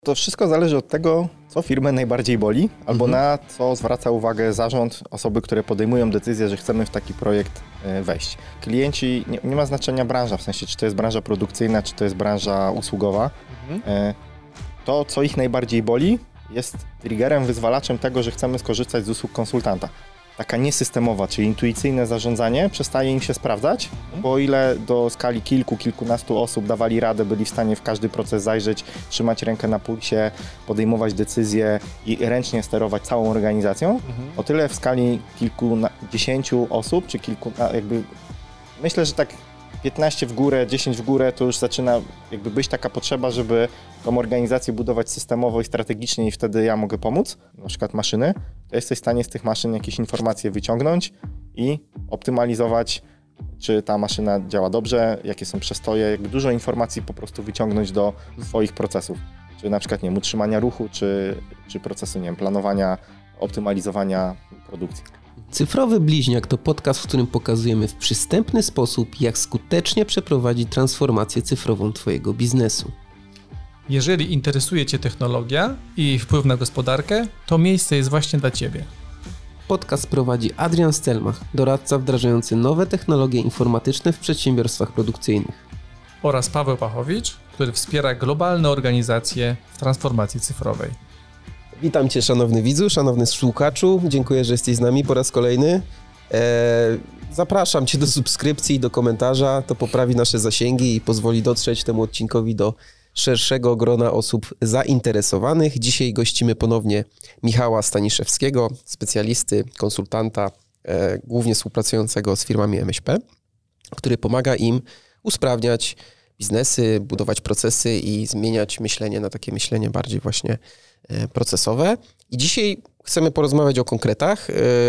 To wszystko zależy od tego, co firmę najbardziej boli, albo na co zwraca uwagę zarząd, osoby, które podejmują decyzję, że chcemy w taki projekt wejść. Klienci, nie ma znaczenia branża, w sensie czy to jest branża produkcyjna, czy to jest branża usługowa. To, co ich najbardziej boli, jest triggerem, wyzwalaczem tego, że chcemy skorzystać z usług konsultanta. Taka niesystemowa, czyli intuicyjne zarządzanie przestaje im się sprawdzać, bo o ile do skali kilkunastu osób dawali radę, byli w stanie w każdy proces zajrzeć, trzymać rękę na pulsie, podejmować decyzje i ręcznie sterować całą organizacją, o tyle w skali kilkudziesięciu osób, czy myślę, że tak 15 w górę, 10 w górę, to już zaczyna być taka potrzeba, żeby tą organizację budować systemowo i strategicznie i wtedy ja mogę pomóc, na przykład maszyny, to jesteś w stanie z tych maszyn jakieś informacje wyciągnąć i optymalizować, czy ta maszyna działa dobrze, jakie są przestoje, dużo informacji po prostu wyciągnąć do swoich procesów, czy na przykład, utrzymania ruchu, czy procesu, planowania, optymalizowania produkcji. Cyfrowy Bliźniak to podcast, w którym pokazujemy w przystępny sposób, jak skutecznie przeprowadzić transformację cyfrową Twojego biznesu. Jeżeli interesuje Cię technologia i jej wpływ na gospodarkę, to miejsce jest właśnie dla Ciebie. Podcast prowadzi Adrian Stelmach, doradca wdrażający nowe technologie informatyczne w przedsiębiorstwach produkcyjnych. Oraz Paweł Pachowicz, który wspiera globalne organizacje w transformacji cyfrowej. Witam Cię, szanowny widzu, szanowny słuchaczu. Dziękuję, że jesteś z nami po raz kolejny. Zapraszam Cię do subskrypcji i do komentarza. To poprawi nasze zasięgi i pozwoli dotrzeć temu odcinkowi do szerszego grona osób zainteresowanych. Dzisiaj gościmy ponownie Michała Staniszewskiego, specjalisty, konsultanta, głównie współpracującego z firmami MŚP, który pomaga im usprawniać biznesy, budować procesy i zmieniać myślenie na takie myślenie bardziej właśnie procesowe. I dzisiaj chcemy porozmawiać o konkretach.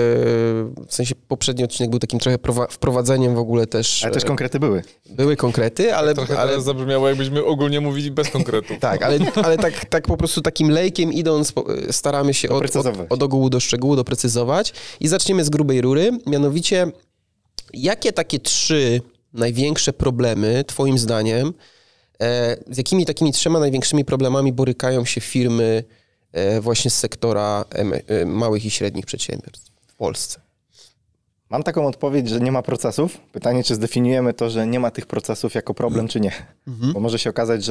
W sensie poprzedni odcinek był takim trochę wprowadzeniem w ogóle też. Ale też konkrety były. Były konkrety, ale... Trochę teraz zabrzmiało, jakbyśmy ogólnie mówili bez konkretów. Tak, ale tak po prostu takim lejkiem idąc, staramy się od ogółu do szczegółu doprecyzować. I zaczniemy z grubej rury. Mianowicie, jakie takie 3 największe problemy, twoim zdaniem, z jakimi takimi 3 największymi problemami borykają się firmy właśnie z sektora małych i średnich przedsiębiorstw w Polsce? Mam taką odpowiedź, że nie ma procesów. Pytanie, czy zdefiniujemy to, że nie ma tych procesów jako problem, czy nie. Bo może się okazać,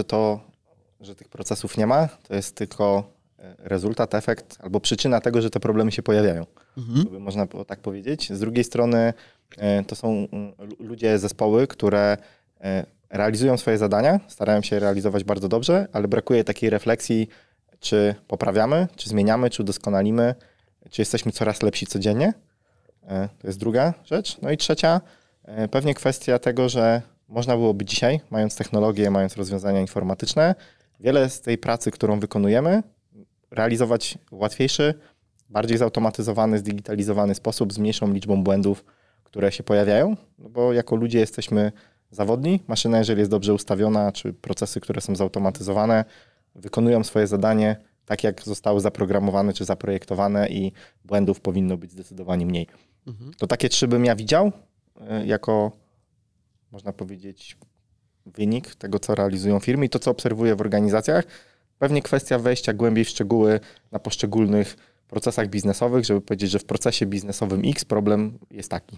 że tych procesów nie ma, to jest tylko rezultat, efekt albo przyczyna tego, że te problemy się pojawiają. Można tak powiedzieć. Z drugiej strony to są ludzie, zespoły, które realizują swoje zadania, starają się realizować bardzo dobrze, ale brakuje takiej refleksji, czy poprawiamy, czy zmieniamy, czy udoskonalimy, czy jesteśmy coraz lepsi codziennie. To jest druga rzecz. No i trzecia, pewnie kwestia tego, że można byłoby dzisiaj, mając technologię, mając rozwiązania informatyczne, wiele z tej pracy, którą wykonujemy, realizować w łatwiejszy, bardziej zautomatyzowany, zdigitalizowany sposób, z mniejszą liczbą błędów, które się pojawiają, no bo jako ludzie jesteśmy zawodni. Maszyna, jeżeli jest dobrze ustawiona, czy procesy, które są zautomatyzowane, wykonują swoje zadanie tak, jak zostały zaprogramowane czy zaprojektowane i błędów powinno być zdecydowanie mniej. To takie 3 bym ja widział jako, można powiedzieć, wynik tego, co realizują firmy i to, co obserwuję w organizacjach. Pewnie kwestia wejścia głębiej w szczegóły na poszczególnych procesach biznesowych, żeby powiedzieć, że w procesie biznesowym X problem jest taki.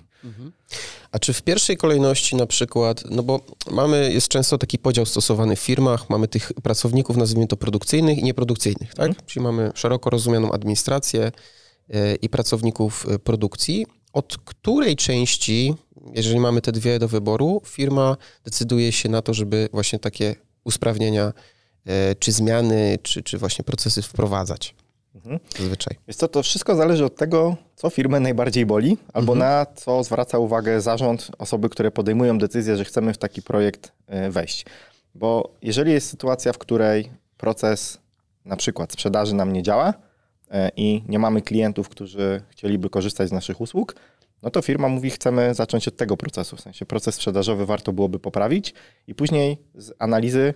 A czy w pierwszej kolejności na przykład, no bo jest często taki podział stosowany w firmach, mamy tych pracowników, nazwijmy to produkcyjnych i nieprodukcyjnych, tak? Czyli mamy szeroko rozumianą administrację i pracowników produkcji. Od której części, jeżeli mamy te 2 do wyboru, firma decyduje się na to, żeby właśnie takie usprawnienia, czy zmiany, czy właśnie procesy wprowadzać? Zazwyczaj. Wiesz co, to wszystko zależy od tego, co firmę najbardziej boli, albo na co zwraca uwagę zarząd, osoby, które podejmują decyzję, że chcemy w taki projekt wejść. Bo jeżeli jest sytuacja, w której proces na przykład sprzedaży nam nie działa i nie mamy klientów, którzy chcieliby korzystać z naszych usług, no to firma mówi, chcemy zacząć od tego procesu. W sensie proces sprzedażowy warto byłoby poprawić i później z analizy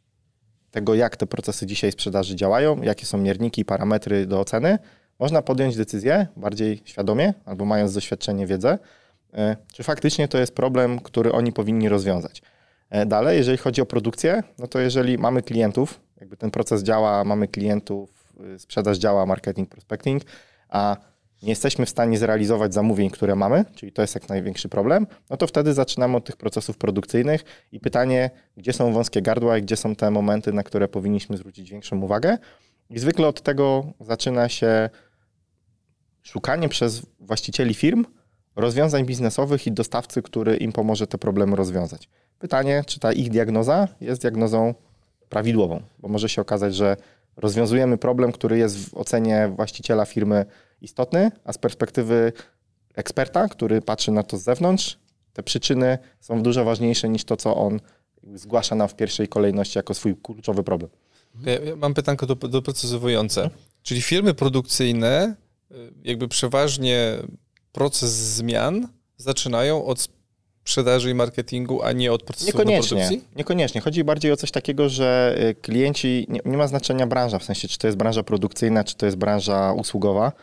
tego, jak te procesy dzisiaj sprzedaży działają, jakie są mierniki i parametry do oceny, można podjąć decyzję bardziej świadomie albo mając doświadczenie, wiedzę, czy faktycznie to jest problem, który oni powinni rozwiązać. Dalej, jeżeli chodzi o produkcję, no to jeżeli mamy klientów, jakby ten proces działa, mamy klientów, sprzedaż działa, marketing, prospecting, a nie jesteśmy w stanie zrealizować zamówień, które mamy, czyli to jest jak największy problem, no to wtedy zaczynamy od tych procesów produkcyjnych i pytanie, gdzie są wąskie gardła i gdzie są te momenty, na które powinniśmy zwrócić większą uwagę. I zwykle od tego zaczyna się szukanie przez właścicieli firm rozwiązań biznesowych i dostawcy, który im pomoże te problemy rozwiązać. Pytanie, czy ta ich diagnoza jest diagnozą prawidłową, bo może się okazać, że rozwiązujemy problem, który jest w ocenie właściciela firmy istotny, a z perspektywy eksperta, który patrzy na to z zewnątrz, te przyczyny są dużo ważniejsze niż to, co on zgłasza nam w pierwszej kolejności jako swój kluczowy problem. Ja mam pytanko doprecyzowujące. Czyli firmy produkcyjne jakby przeważnie proces zmian zaczynają od sprzedaży i marketingu, a nie od procesu produkcji? Niekoniecznie. Chodzi bardziej o coś takiego, że klienci, nie ma znaczenia branża, w sensie czy to jest branża produkcyjna, czy to jest branża usługowa.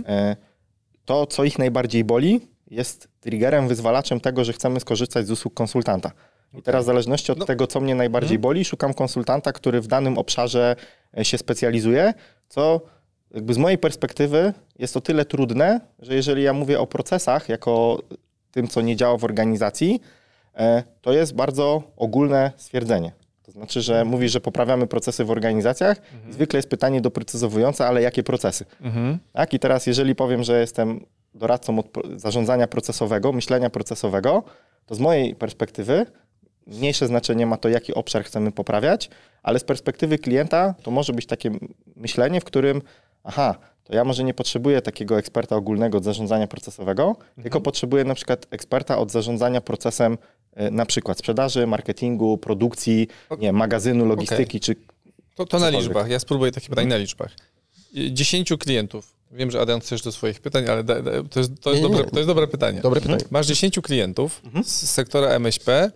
To, co ich najbardziej boli, jest triggerem, wyzwalaczem tego, że chcemy skorzystać z usług konsultanta. I teraz w zależności od tego, co mnie najbardziej boli, szukam konsultanta, który w danym obszarze się specjalizuje, co jakby z mojej perspektywy jest o tyle trudne, że jeżeli ja mówię o procesach jako tym, co nie działa w organizacji, to jest bardzo ogólne stwierdzenie. To znaczy, że mówisz, że poprawiamy procesy w organizacjach i zwykle jest pytanie doprecyzowujące, ale jakie procesy? Tak? I teraz jeżeli powiem, że jestem doradcą od zarządzania procesowego, myślenia procesowego, to z mojej perspektywy mniejsze znaczenie ma to, jaki obszar chcemy poprawiać, ale z perspektywy klienta to może być takie myślenie, w którym to ja może nie potrzebuję takiego eksperta ogólnego od zarządzania procesowego, tylko potrzebuję na przykład eksperta od zarządzania procesem na przykład sprzedaży, marketingu, produkcji, nie, magazynu, logistyki, czy To na liczbach. Ja spróbuję takie pytanie na liczbach. 10 klientów. Wiem, że Adrian chcesz do swoich pytań, ale to jest dobre pytanie. Dobre pytanie. Masz 10 klientów z sektora MŚP,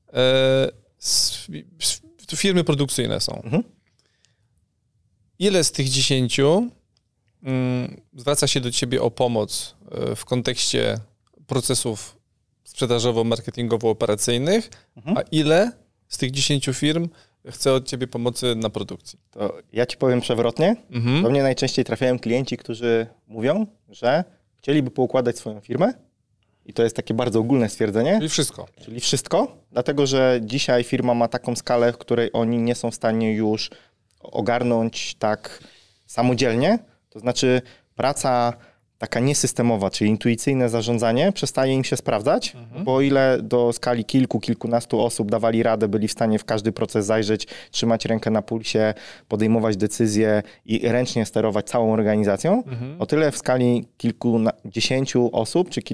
firmy produkcyjne są. Ile z tych 10 zwraca się do ciebie o pomoc w kontekście procesów sprzedażowo-marketingowo-operacyjnych, a ile z tych 10 firm chce od ciebie pomocy na produkcji? To ja ci powiem przewrotnie. Do mnie najczęściej trafiają klienci, którzy mówią, że chcieliby poukładać swoją firmę i to jest takie bardzo ogólne stwierdzenie. Czyli wszystko, dlatego że dzisiaj firma ma taką skalę, w której oni nie są w stanie już ogarnąć tak samodzielnie. To znaczy praca taka niesystemowa, czyli intuicyjne zarządzanie przestaje im się sprawdzać, bo o ile do skali kilkunastu osób dawali radę, byli w stanie w każdy proces zajrzeć, trzymać rękę na pulsie, podejmować decyzje i ręcznie sterować całą organizacją, o tyle w skali kilkudziesięciu osób, czy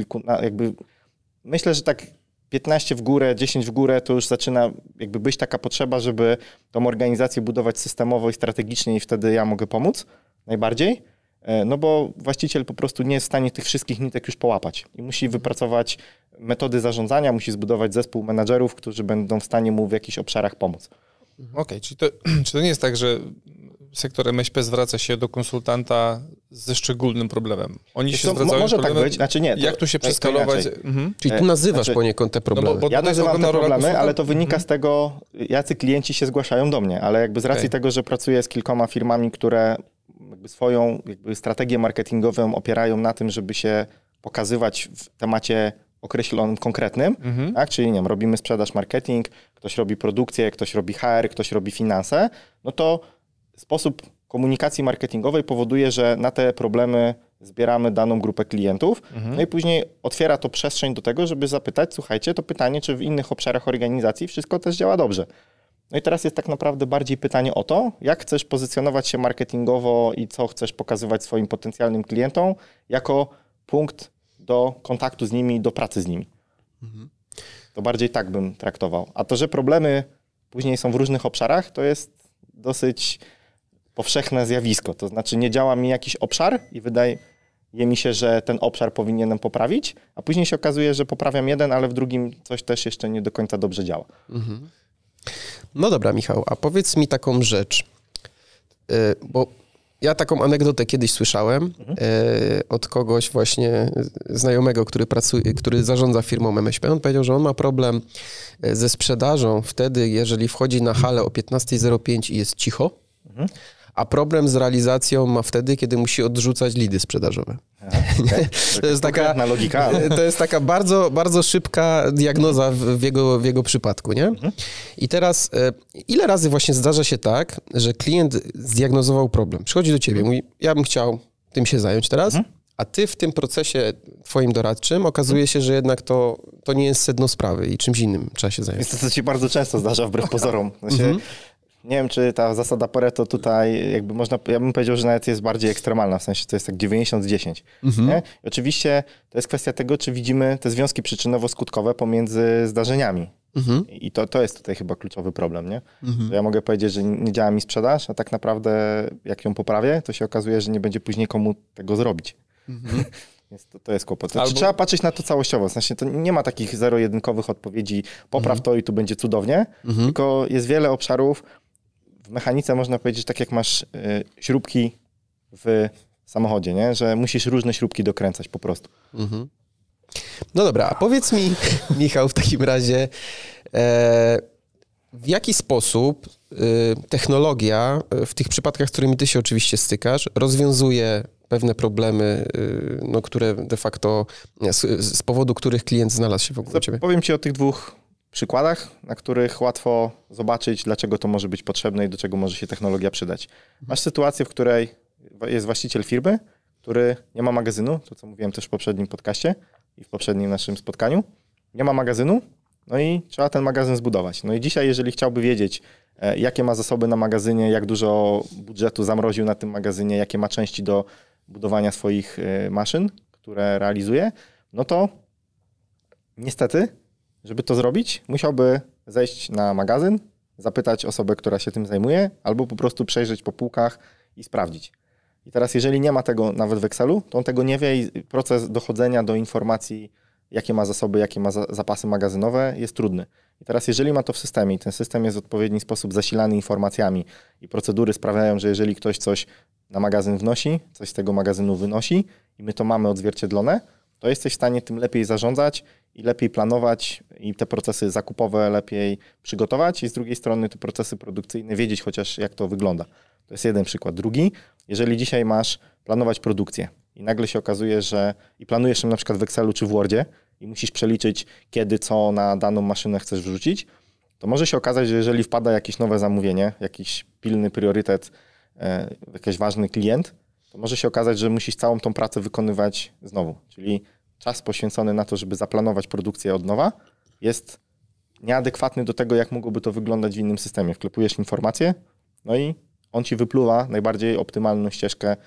myślę, że tak 15 w górę, 10 w górę, to już zaczyna jakby być taka potrzeba, żeby tą organizację budować systemowo i strategicznie i wtedy ja mogę pomóc najbardziej. No bo właściciel po prostu nie jest w stanie tych wszystkich nitek już połapać i musi wypracować metody zarządzania, musi zbudować zespół menadżerów, którzy będą w stanie mu w jakichś obszarach pomóc. Okej, czy to nie jest tak, że sektor MŚP zwraca się do konsultanta ze szczególnym problemem? Oni się zwracają może tak być, znaczy nie. Jak tu się przeskalować? Czyli ty nazywasz poniekąd te problemy. Ja nazywam te problemy, ale to wynika z tego, jacy klienci się zgłaszają do mnie, ale jakby z racji tego, że pracuję z kilkoma firmami, które swoją strategię marketingową opierają na tym, żeby się pokazywać w temacie określonym, konkretnym, tak? Czyli nie wiem, robimy sprzedaż, marketing, ktoś robi produkcję, ktoś robi HR, ktoś robi finanse, no to sposób komunikacji marketingowej powoduje, że na te problemy zbieramy daną grupę klientów, no i później otwiera to przestrzeń do tego, żeby zapytać, słuchajcie, to pytanie, czy w innych obszarach organizacji wszystko też działa dobrze. No i teraz jest tak naprawdę bardziej pytanie o to, jak chcesz pozycjonować się marketingowo i co chcesz pokazywać swoim potencjalnym klientom jako punkt do kontaktu z nimi, do pracy z nimi. To bardziej tak bym traktował. A to, że problemy później są w różnych obszarach, to jest dosyć powszechne zjawisko. To znaczy nie działa mi jakiś obszar i wydaje mi się, że ten obszar powinienem poprawić, a później się okazuje, że poprawiam jeden, ale w drugim coś też jeszcze nie do końca dobrze działa. No dobra, Michał, a powiedz mi taką rzecz, bo ja taką anegdotę kiedyś słyszałem od kogoś właśnie znajomego, który zarządza firmą MŚP. On powiedział, że on ma problem ze sprzedażą wtedy, jeżeli wchodzi na halę o 15:05 i jest cicho, A problem z realizacją ma wtedy, kiedy musi odrzucać lidy sprzedażowe. Okay. To jest taka logika, ale... To jest taka bardzo, bardzo szybka diagnoza w jego przypadku, nie? I teraz ile razy właśnie zdarza się tak, że klient zdiagnozował problem, przychodzi do ciebie, mówi, ja bym chciał tym się zająć teraz, a ty w tym procesie twoim doradczym okazuje się, że jednak to nie jest sedno sprawy i czymś innym trzeba się zająć. Jest to, co się bardzo często zdarza wbrew pozorom. Nie wiem, czy ta zasada Pareto tutaj jakby można, ja bym powiedział, że nawet jest bardziej ekstremalna, w sensie to jest tak 90-10. Nie? I oczywiście to jest kwestia tego, czy widzimy te związki przyczynowo-skutkowe pomiędzy zdarzeniami. I to jest tutaj chyba kluczowy problem, nie? Ja mogę powiedzieć, że nie działa mi sprzedaż, a tak naprawdę jak ją poprawię, to się okazuje, że nie będzie później komu tego zrobić. Więc to jest kłopot. Trzeba patrzeć na to całościowo, w sensie to nie ma takich zero-jedynkowych odpowiedzi, popraw to i tu będzie cudownie, tylko jest wiele obszarów. W mechanice można powiedzieć, tak jak masz śrubki w samochodzie, nie? Że musisz różne śrubki dokręcać po prostu. No dobra, a powiedz mi, Michał, w takim razie, w jaki sposób technologia w tych przypadkach, z którymi ty się oczywiście stykasz, rozwiązuje pewne problemy, no, które de facto z powodu których klient znalazł się w ogóle u ciebie? Powiem ci o tych dwóch przykładach, na których łatwo zobaczyć, dlaczego to może być potrzebne i do czego może się technologia przydać. Masz sytuację, w której jest właściciel firmy, który nie ma magazynu, to co mówiłem też w poprzednim podcaście i w poprzednim naszym spotkaniu, nie ma magazynu, no i trzeba ten magazyn zbudować. No i dzisiaj, jeżeli chciałby wiedzieć, jakie ma zasoby na magazynie, jak dużo budżetu zamroził na tym magazynie, jakie ma części do budowania swoich maszyn, które realizuje, no to niestety, żeby to zrobić, musiałby zejść na magazyn, zapytać osobę, która się tym zajmuje, albo po prostu przejrzeć po półkach i sprawdzić. I teraz, jeżeli nie ma tego nawet w Excelu, to on tego nie wie i proces dochodzenia do informacji, jakie ma zasoby, jakie ma zapasy magazynowe, jest trudny. I teraz, jeżeli ma to w systemie i ten system jest w odpowiedni sposób zasilany informacjami i procedury sprawiają, że jeżeli ktoś coś na magazyn wnosi, coś z tego magazynu wynosi i my to mamy odzwierciedlone, to jesteś w stanie tym lepiej zarządzać i lepiej planować i te procesy zakupowe lepiej przygotować i z drugiej strony te procesy produkcyjne wiedzieć chociaż jak to wygląda. To jest jeden przykład. Drugi, jeżeli dzisiaj masz planować produkcję i nagle się okazuje, że i planujesz ją na przykład w Excelu czy w Wordzie i musisz przeliczyć kiedy, co na daną maszynę chcesz wrzucić, to może się okazać, że jeżeli wpada jakieś nowe zamówienie, jakiś pilny priorytet, jakiś ważny klient, to może się okazać, że musisz całą tą pracę wykonywać znowu. Czyli czas poświęcony na to, żeby zaplanować produkcję od nowa, jest nieadekwatny do tego, jak mogłoby to wyglądać w innym systemie. Wklepujesz informację, no i on ci wypluwa najbardziej optymalną ścieżkę,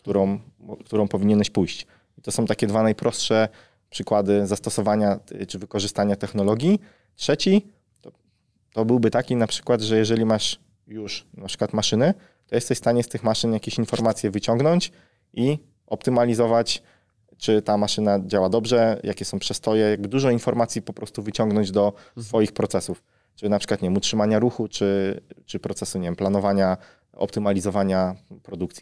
którą powinieneś pójść. I to są takie dwa najprostsze przykłady zastosowania czy wykorzystania technologii. Trzeci to byłby taki na przykład, że jeżeli masz już na przykład maszyny, to jesteś w stanie z tych maszyn jakieś informacje wyciągnąć i optymalizować, czy ta maszyna działa dobrze, jakie są przestoje, jakby dużo informacji po prostu wyciągnąć do swoich procesów. Czy na przykład, nie wiem, utrzymania ruchu, czy procesu, nie wiem, planowania, optymalizowania produkcji.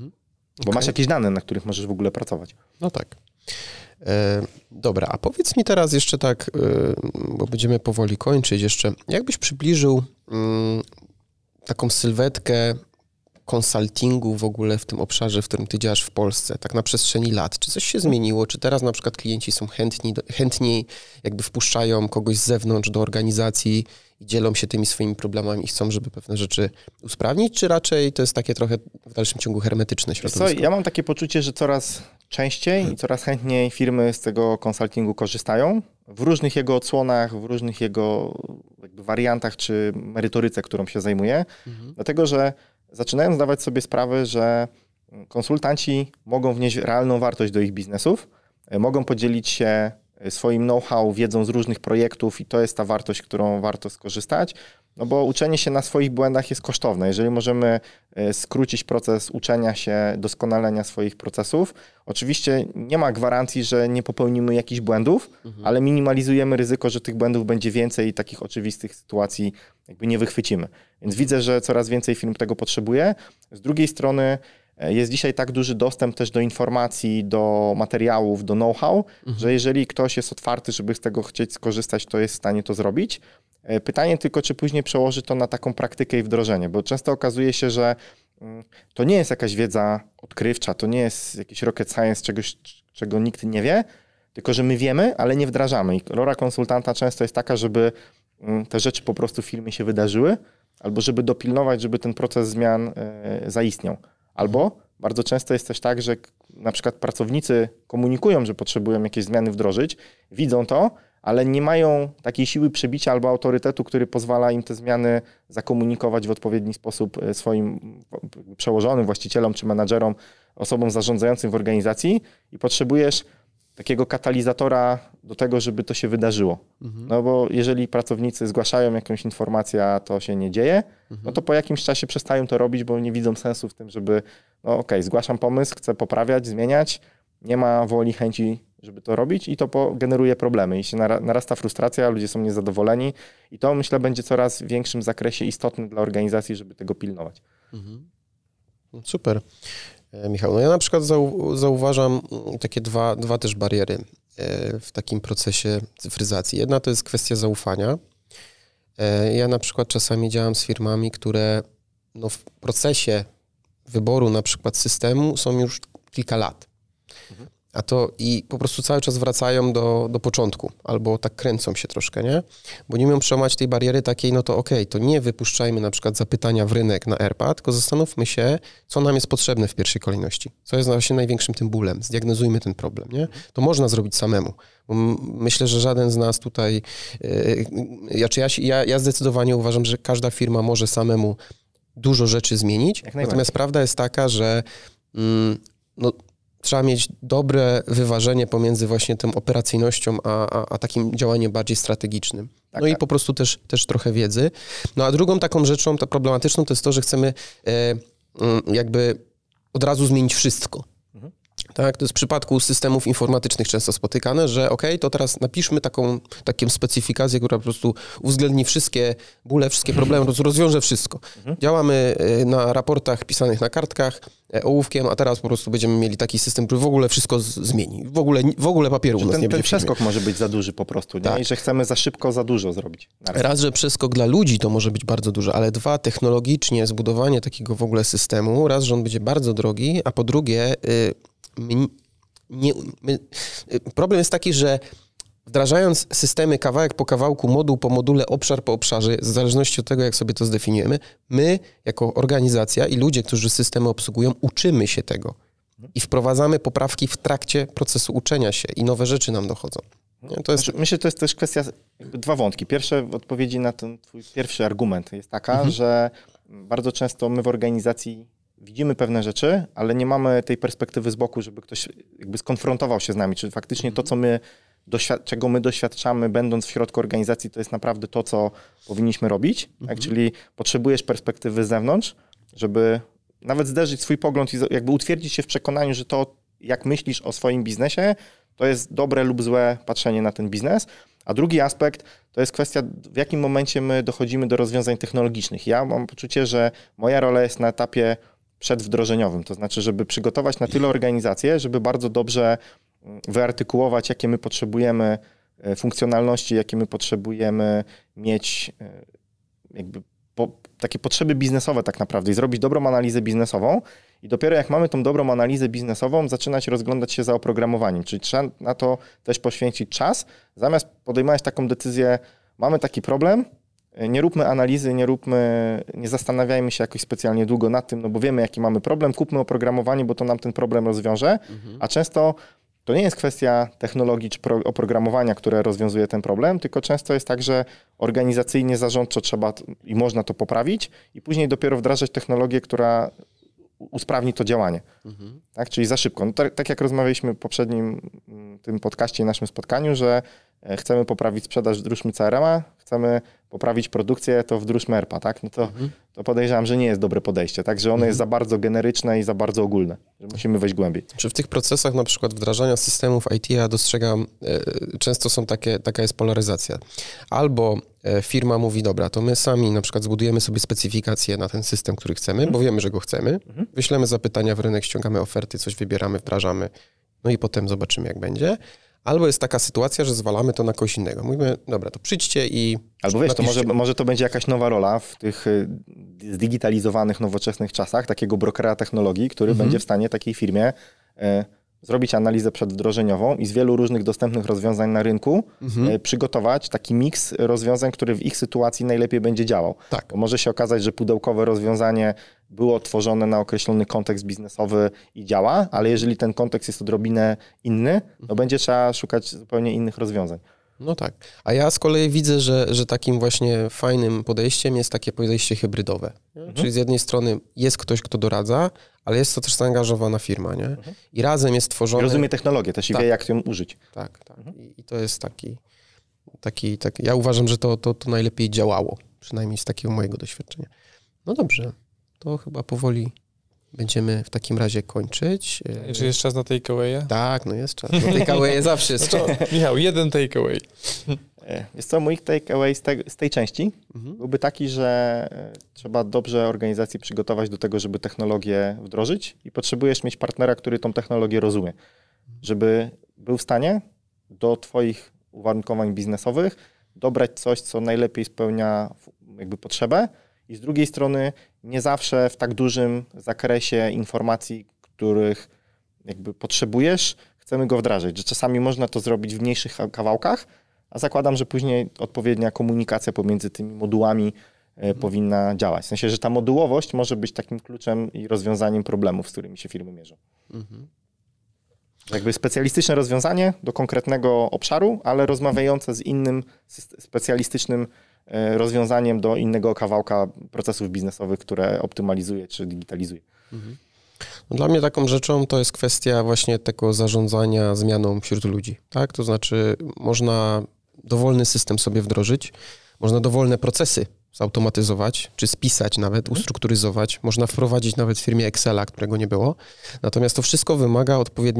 Bo masz jakieś dane, na których możesz w ogóle pracować. No tak. Dobra, a powiedz mi teraz jeszcze tak, bo będziemy powoli kończyć jeszcze, jakbyś przybliżył taką sylwetkę konsultingu w ogóle w tym obszarze, w którym ty działasz w Polsce, tak na przestrzeni lat. Czy coś się zmieniło? Czy teraz na przykład klienci są chętniej jakby wpuszczają kogoś z zewnątrz do organizacji i dzielą się tymi swoimi problemami i chcą, żeby pewne rzeczy usprawnić, czy raczej to jest takie trochę w dalszym ciągu hermetyczne środowisko? Ja mam takie poczucie, że coraz częściej i coraz chętniej firmy z tego konsultingu korzystają w różnych jego odsłonach, w różnych jego jakby wariantach czy merytoryce, którą się zajmuje, dlatego że zaczynają zdawać sobie sprawę, że konsultanci mogą wnieść realną wartość do ich biznesów, mogą podzielić się swoim know-how, wiedzą z różnych projektów i to jest ta wartość, którą warto skorzystać, no bo uczenie się na swoich błędach jest kosztowne. Jeżeli możemy skrócić proces uczenia się, doskonalenia swoich procesów, oczywiście nie ma gwarancji, że nie popełnimy jakichś błędów, ale minimalizujemy ryzyko, że tych błędów będzie więcej i takich oczywistych sytuacji jakby nie wychwycimy. Więc widzę, że coraz więcej firm tego potrzebuje. Z drugiej strony jest dzisiaj tak duży dostęp też do informacji, do materiałów, do know-how, że jeżeli ktoś jest otwarty, żeby z tego chcieć skorzystać, to jest w stanie to zrobić. Pytanie tylko, czy później przełoży to na taką praktykę i wdrożenie, bo często okazuje się, że to nie jest jakaś wiedza odkrywcza, to nie jest jakiś rocket science, czegoś, czego nikt nie wie, tylko że my wiemy, ale nie wdrażamy. I rola konsultanta często jest taka, żeby te rzeczy po prostu w firmie się wydarzyły, albo żeby dopilnować, żeby ten proces zmian zaistniał. Albo bardzo często jest też tak, że na przykład pracownicy komunikują, że potrzebują jakieś zmiany wdrożyć, widzą to, ale nie mają takiej siły przebicia albo autorytetu, który pozwala im te zmiany zakomunikować w odpowiedni sposób swoim przełożonym, właścicielom czy menadżerom, osobom zarządzającym w organizacji i potrzebujesz takiego katalizatora do tego, żeby to się wydarzyło. No bo jeżeli pracownicy zgłaszają jakąś informację, a to się nie dzieje, no to po jakimś czasie przestają to robić, bo nie widzą sensu w tym, żeby zgłaszam pomysł, chcę poprawiać, zmieniać, nie ma woli, chęci, żeby to robić i to generuje problemy i się narasta frustracja, ludzie są niezadowoleni i to myślę będzie coraz w większym zakresie istotne dla organizacji, żeby tego pilnować. Super. Michał, no ja na przykład zauważam takie dwa też bariery w takim procesie cyfryzacji. Jedna to jest kwestia zaufania. Ja na przykład czasami działam z firmami, które w procesie wyboru na przykład systemu są już kilka lat. A to i po prostu cały czas wracają do początku, albo tak kręcą się troszkę, nie? Bo nie umieją przełamać tej bariery takiej, no to okej, to nie wypuszczajmy na przykład zapytania w rynek na ERP, tylko zastanówmy się, co nam jest potrzebne w pierwszej kolejności. Co jest właśnie największym tym bólem. Zdiagnozujmy ten problem, nie? To można zrobić samemu. Bo myślę, że żaden z nas tutaj... Ja zdecydowanie uważam, że każda firma może samemu dużo rzeczy zmienić. Natomiast prawda jest taka, że trzeba mieć dobre wyważenie pomiędzy właśnie tą operacyjnością, a takim działaniem bardziej strategicznym. I po prostu też trochę wiedzy. No a drugą taką rzeczą problematyczną to jest to, że chcemy jakby od razu zmienić wszystko. Tak, to jest w przypadku systemów informatycznych często spotykane, że to teraz napiszmy taką specyfikację, która po prostu uwzględni wszystkie bóle, wszystkie problemy, po prostu rozwiąże wszystko. Działamy na raportach pisanych na kartkach ołówkiem, a teraz po prostu będziemy mieli taki system, który w ogóle wszystko zmieni. W ogóle papieru u nas nie będzie. Ten przeskok może być za duży po prostu, nie? Tak. I że chcemy za szybko, za dużo zrobić. Raz, że przeskok dla ludzi to może być bardzo duży, ale dwa, technologicznie zbudowanie takiego w ogóle systemu, raz, że on będzie bardzo drogi, a po drugie... Problem jest taki, że wdrażając systemy kawałek po kawałku, moduł po module, obszar po obszarze, w zależności od tego, jak sobie to zdefiniujemy, my jako organizacja i ludzie, którzy systemy obsługują, uczymy się tego i wprowadzamy poprawki w trakcie procesu uczenia się i nowe rzeczy nam dochodzą. Myślę, że to jest też kwestia, dwa wątki. Pierwsze w odpowiedzi na ten twój pierwszy argument jest taka, że bardzo często my w organizacji widzimy pewne rzeczy, ale nie mamy tej perspektywy z boku, żeby ktoś jakby skonfrontował się z nami, czy faktycznie to, czego my doświadczamy, będąc w środku organizacji, to jest naprawdę to, co powinniśmy robić. Tak? Czyli potrzebujesz perspektywy z zewnątrz, żeby nawet zderzyć swój pogląd i jakby utwierdzić się w przekonaniu, że to, jak myślisz o swoim biznesie, to jest dobre lub złe patrzenie na ten biznes. A drugi aspekt to jest kwestia, w jakim momencie my dochodzimy do rozwiązań technologicznych. Ja mam poczucie, że moja rola jest na etapie przedwdrożeniowym, to znaczy, żeby przygotować na tyle organizację, żeby bardzo dobrze wyartykułować, jakie my potrzebujemy funkcjonalności, jakie my potrzebujemy mieć jakby takie potrzeby biznesowe tak naprawdę i zrobić dobrą analizę biznesową i dopiero jak mamy tą dobrą analizę biznesową, zaczynać rozglądać się za oprogramowaniem, czyli trzeba na to też poświęcić czas, zamiast podejmować taką decyzję, mamy taki problem, nie róbmy analizy, nie zastanawiajmy się jakoś specjalnie długo nad tym, no bo wiemy, jaki mamy problem, kupmy oprogramowanie, bo to nam ten problem rozwiąże, a często to nie jest kwestia technologii czy oprogramowania, które rozwiązuje ten problem, tylko często jest tak, że organizacyjnie, zarządczo trzeba i można to poprawić i później dopiero wdrażać technologię, która usprawni to działanie. Tak? Czyli za szybko. No tak jak rozmawialiśmy w poprzednim tym podcaście i naszym spotkaniu, że chcemy poprawić sprzedaż, wdróżmy CRM-a, chcemy poprawić produkcję, to wdróżmy ERP-a, tak? No to podejrzewam, że nie jest dobre podejście, tak? Że ono jest za bardzo generyczne i za bardzo ogólne, że musimy wejść głębiej. Czy w tych procesach na przykład wdrażania systemów IT ja dostrzegam, często są taka jest polaryzacja. Albo firma mówi, dobra, to my sami na przykład zbudujemy sobie specyfikację na ten system, który chcemy, bo wiemy, że go chcemy, wyślemy zapytania w rynek, ściągamy oferty, coś wybieramy, wdrażamy, no i potem zobaczymy, jak będzie. albo jest taka sytuacja, że zwalamy to na kogoś innego. Mówimy, dobra, to przyjdźcie i Albo wiesz, napiszcie. to może to będzie jakaś nowa rola w tych zdigitalizowanych, nowoczesnych czasach, takiego brokera technologii, który będzie w stanie takiej firmie zrobić analizę przedwdrożeniową i z wielu różnych dostępnych rozwiązań na rynku przygotować taki miks rozwiązań, który w ich sytuacji najlepiej będzie działał. Tak. Bo może się okazać, że pudełkowe rozwiązanie było tworzone na określony kontekst biznesowy i działa, ale jeżeli ten kontekst jest odrobinę inny, to będzie trzeba szukać zupełnie innych rozwiązań. No tak. A ja z kolei widzę, że takim właśnie fajnym podejściem jest takie podejście hybrydowe. Czyli z jednej strony jest ktoś, kto doradza, ale jest to też zaangażowana firma, nie? I razem jest tworzone... I rozumie technologię też i wie, jak ją użyć. Tak. I to jest taki... Ja uważam, że to najlepiej działało, przynajmniej z takiego mojego doświadczenia. No dobrze, to chyba powoli będziemy w takim razie kończyć. Czy jest czas na takeaway? Tak, no jest czas. Na takeaway zawsze jest czas. Michał, jeden takeaway. Jest co, mój takeaway z tej części byłby taki, że trzeba dobrze organizacji przygotować do tego, żeby technologię wdrożyć i potrzebujesz mieć partnera, który tą technologię rozumie, żeby był w stanie do twoich uwarunkowań biznesowych dobrać coś, co najlepiej spełnia jakby potrzebę i z drugiej strony nie zawsze w tak dużym zakresie informacji, których jakby potrzebujesz, chcemy go wdrażać, że czasami można to zrobić w mniejszych kawałkach, a zakładam, że później odpowiednia komunikacja pomiędzy tymi modułami powinna działać. W sensie, że ta modułowość może być takim kluczem i rozwiązaniem problemów, z którymi się firmy mierzą. Jakby specjalistyczne rozwiązanie do konkretnego obszaru, ale rozmawiające z innym specjalistycznym rozwiązaniem do innego kawałka procesów biznesowych, które optymalizuje czy digitalizuje. No dla mnie taką rzeczą to jest kwestia właśnie tego zarządzania zmianą wśród ludzi, tak? To znaczy można dowolny system sobie wdrożyć, można dowolne procesy zautomatyzować, czy spisać nawet, ustrukturyzować, można wprowadzić nawet w firmie Excela, którego nie było. Natomiast to wszystko wymaga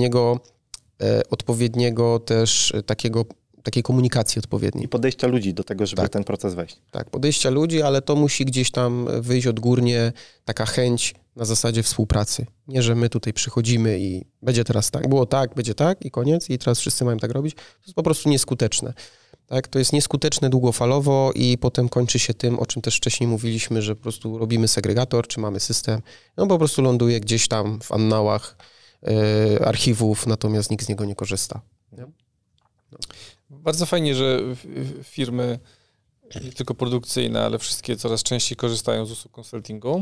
odpowiedniego też takiej komunikacji odpowiedniej. I podejścia ludzi do tego, żeby ten proces wejść. Tak, podejścia ludzi, ale to musi gdzieś tam wyjść odgórnie, taka chęć na zasadzie współpracy. Nie, że my tutaj przychodzimy i będzie teraz tak, było tak, będzie tak i koniec i teraz wszyscy mają tak robić. To jest po prostu nieskuteczne. Tak, to jest nieskuteczne długofalowo i potem kończy się tym, o czym też wcześniej mówiliśmy, że po prostu robimy segregator, czy mamy system, no po prostu ląduje gdzieś tam w annałach archiwów, natomiast nikt z niego nie korzysta. Nie? No. Bardzo fajnie, że firmy nie tylko produkcyjne, ale wszystkie coraz częściej korzystają z usług konsultingu.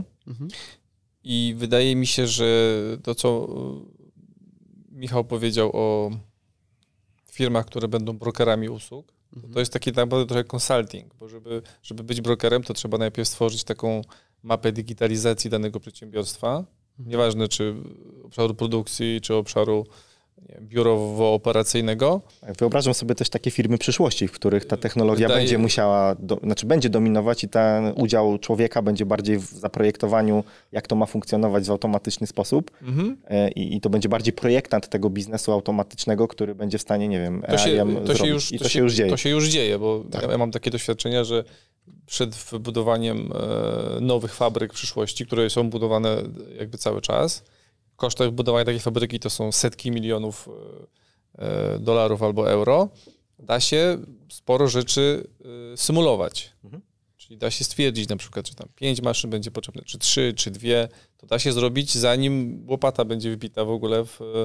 I wydaje mi się, że to, co Michał powiedział o firmach, które będą brokerami usług, to jest taki naprawdę trochę consulting, bo żeby być brokerem, to trzeba najpierw stworzyć taką mapę digitalizacji danego przedsiębiorstwa. Nieważne, czy obszaru produkcji, czy obszaru biurowo-operacyjnego. Wyobrażam sobie też takie firmy przyszłości, w których ta technologia będzie musiała, będzie dominować i ten udział człowieka będzie bardziej w zaprojektowaniu, jak to ma funkcjonować w automatyczny sposób i to będzie bardziej projektant tego biznesu automatycznego, który będzie w stanie, nie wiem, to się już dzieje. To się już dzieje, bo ja mam takie doświadczenia, że przed wybudowaniem nowych fabryk w przyszłości, które są budowane jakby cały czas, koszty wybudowania takiej fabryki to są setki milionów dolarów albo euro. Da się sporo rzeczy symulować. Czyli da się stwierdzić na przykład, że tam 5 maszyn będzie potrzebne, czy 3, czy 2. To da się zrobić, zanim łopata będzie wbita w ogóle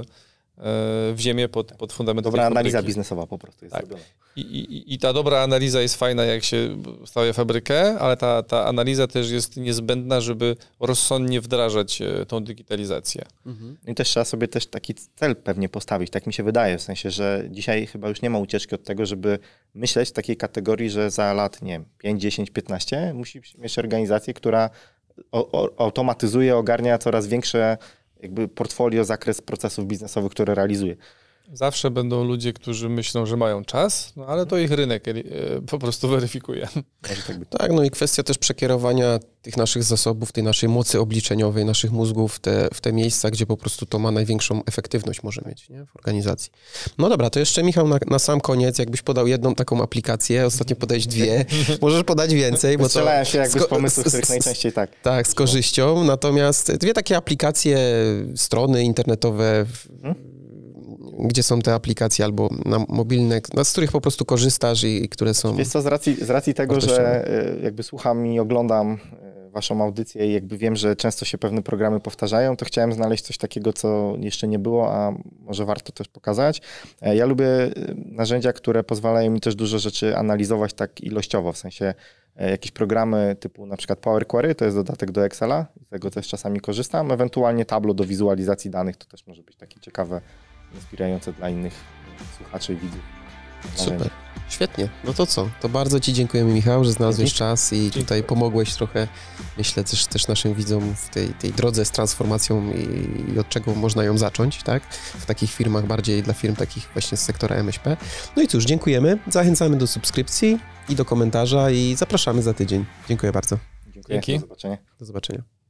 w ziemię pod fundament. Dobra analiza biznesowa po prostu jest zrobiona. I ta dobra analiza jest fajna, jak się stawia fabrykę, ale ta analiza też jest niezbędna, żeby rozsądnie wdrażać tą digitalizację. I też trzeba sobie też taki cel pewnie postawić, tak mi się wydaje, w sensie, że dzisiaj chyba już nie ma ucieczki od tego, żeby myśleć w takiej kategorii, że za lat, nie wiem, 5, 10, 15 musi mieć organizację, która automatyzuje, ogarnia coraz większe jakby portfolio, zakres procesów biznesowych, które realizuje. Zawsze będą ludzie, którzy myślą, że mają czas, no ale to ich rynek po prostu weryfikuje. Może tak być. Tak, no i kwestia też przekierowania tych naszych zasobów, tej naszej mocy obliczeniowej, naszych mózgów w te miejsca, gdzie po prostu to ma największą efektywność może mieć, nie? W organizacji. No dobra, to jeszcze Michał na sam koniec, jakbyś podał jedną taką aplikację, ostatnio podałeś 2, możesz podać więcej, bo to... Strzelałem się jakby z pomysłów, których najczęściej tak. Tak, z korzyścią, natomiast 2 takie aplikacje, strony internetowe, gdzie są te aplikacje albo na mobilne, z których po prostu korzystasz i które są... Wiesz co, z racji tego, że jakby słucham i oglądam waszą audycję i jakby wiem, że często się pewne programy powtarzają, to chciałem znaleźć coś takiego, co jeszcze nie było, a może warto też pokazać. Ja lubię narzędzia, które pozwalają mi też dużo rzeczy analizować tak ilościowo, w sensie jakieś programy typu na przykład Power Query, to jest dodatek do Excela, z tego też czasami korzystam, ewentualnie Tableau do wizualizacji danych, to też może być takie ciekawe, inspirujące dla innych słuchaczy i widzów. Super, świetnie. No to co? To bardzo Ci dziękujemy, Michał, że znalazłeś czas i tutaj pomogłeś trochę, myślę, też naszym widzom w tej drodze z transformacją i od czego można ją zacząć, tak? W takich firmach, bardziej dla firm takich właśnie z sektora MŚP. No i cóż, dziękujemy, zachęcamy do subskrypcji i do komentarza i zapraszamy za tydzień. Dziękuję bardzo. Dziękuję, do zobaczenia. Do zobaczenia.